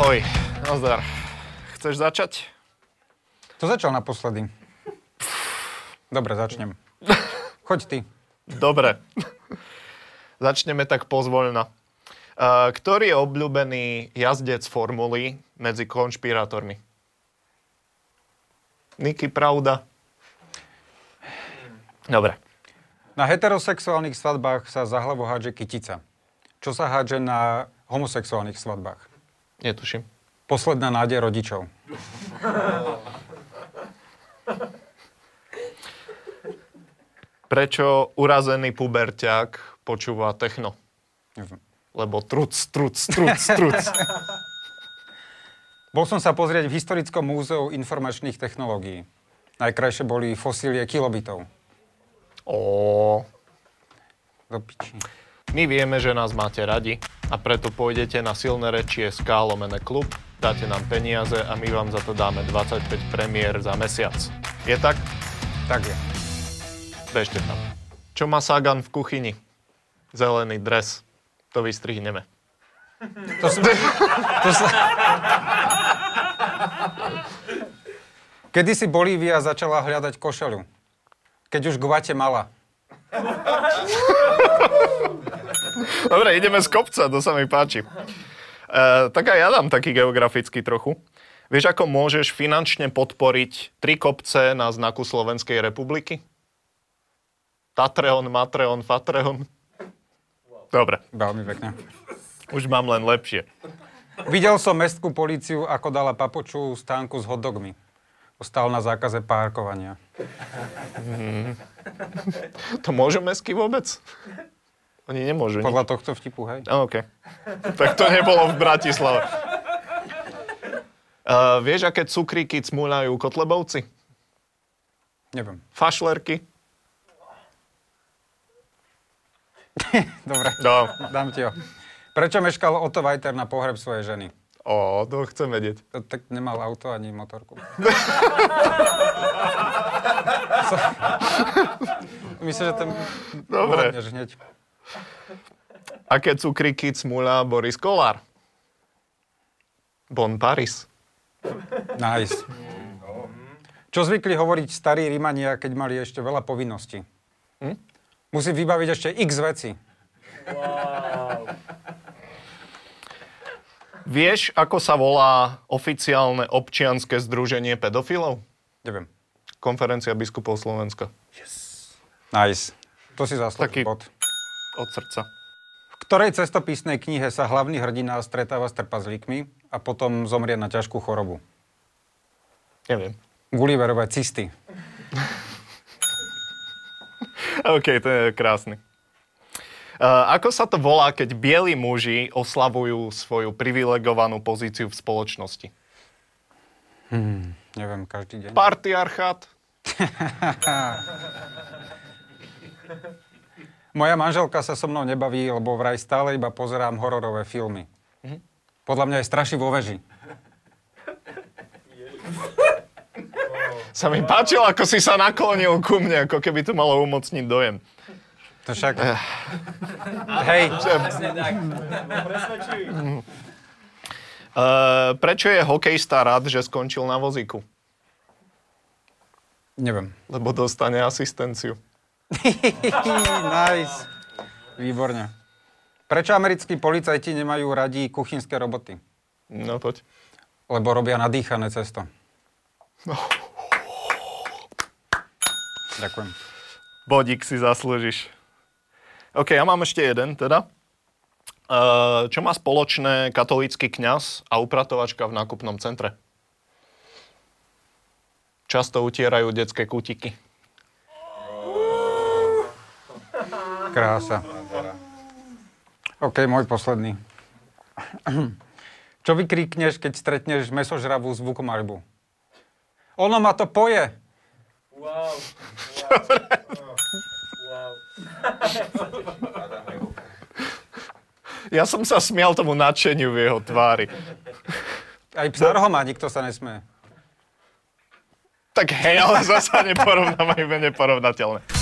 Ahoj, nazdar. Chceš začať? To začal naposledy. Dobre, začnem. Choď ty. Dobre. Začneme tak pozvoľna. Ktorý je obľúbený jazdec formuly medzi konšpirátormi? Niky, pravda? Dobre. Na heterosexuálnych svadbách sa za hlavu hádže kytica. Čo sa hádže na homosexuálnych svadbách? Netuším. Posledná nádej rodičov. Prečo urazený puberťák počúva techno? Neviem. Lebo truc. Bol som sa pozrieť v Historickom múzeu informačných technológií. Najkrajšie boli fosílie kilobitov. Do piči. My vieme, že nás máte radi a preto pôjdete na silnerečie.sk/klub, dáte nám peniaze a my vám za to dáme 25 premiér za mesiac. Je tak? Tak je. Bežte tam. Čo má Sagan v kuchyni? Zelený dres. To vystrihneme. Kedy si Bolívia začala hľadať košeľu? Keď už Guatemala. Dobre, ideme z kopca, to sa mi páči. Tak aj ja dám taký geografický trochu. Vieš, ako môžeš finančne podporiť 3 kopce na znaku Slovenskej republiky? Tatreon, Matreon, Fatreon. Dobre. Veľmi pekne. Už mám len lepšie. Videl som mestskú políciu, ako dala papoču stánku s hotdogmi. Ostal na zákaze parkovania. To môžu mestský vôbec? Oni nemôžu. Podľa tohto vtipu, hej? OK. Tak to nebolo v Bratislave. Vieš, aké cukríky cmúľajú Kotlebovci? Neviem. Fašlerky? Dobre, No. dám ti ho. Prečo meškal Otto Vajter na pohreb svojej ženy? To chcem vedieť. Tak nemal auto ani motorku. Myslím, že ten... Dobre. Uhodneš hneď. Aké cukríky cmúľa Boris Kollár? Bon Paris. Nice. Čo zvykli hovoriť starí Rimania, keď mali ešte veľa povinností? Musí vybaviť ešte x veci. Vieš, ako sa volá oficiálne občianske združenie pedofilov? Neviem. Konferencia biskupov Slovenska. Nice. To si zaslúži Taký bod. od srdca. V ktorej cestopisnej knihe sa hlavný hrdina stretáva s trpazlíkmi a potom zomrie na ťažkú chorobu? Neviem. Gulliverové cysty. OK, to je krásny. Ako sa to volá, keď bieli muži oslavujú svoju privilegovanú pozíciu v spoločnosti? Neviem, každý deň. Partiarchát. Moja manželka sa so mnou nebaví, lebo vraj stále iba pozerám hororové filmy. Podľa mňa je straší vo veži. Sa mi páčilo, ako si sa naklonil ku mne, ako keby to malo umocniť dojem. To však... Hej. Prečo je hokejista rád, že skončil na vozíku? Neviem. Lebo dostane asistenciu. Nice. Výborne. Prečo americkí policajti nemajú radi kuchynské roboty? No, poď. Lebo robia nadýchané cesto. Ďakujem. Bodík si zaslúžiš. OK, ja mám ešte jeden, teda. Čo má spoločné katolícky kňaz a upratovačka v nákupnom centre? Často utierajú detské kútiky. Krása. OK, môj posledný. Čo vykríkneš, keď stretneš mesožravú zvukomalbu? Ono ma to poje. Wow. Ja som sa smial tomu nadšeniu v jeho tvári. Aj psárho má, nikto sa nesmie. Tak hej, ale zasa neporovnáme neporovnateľné.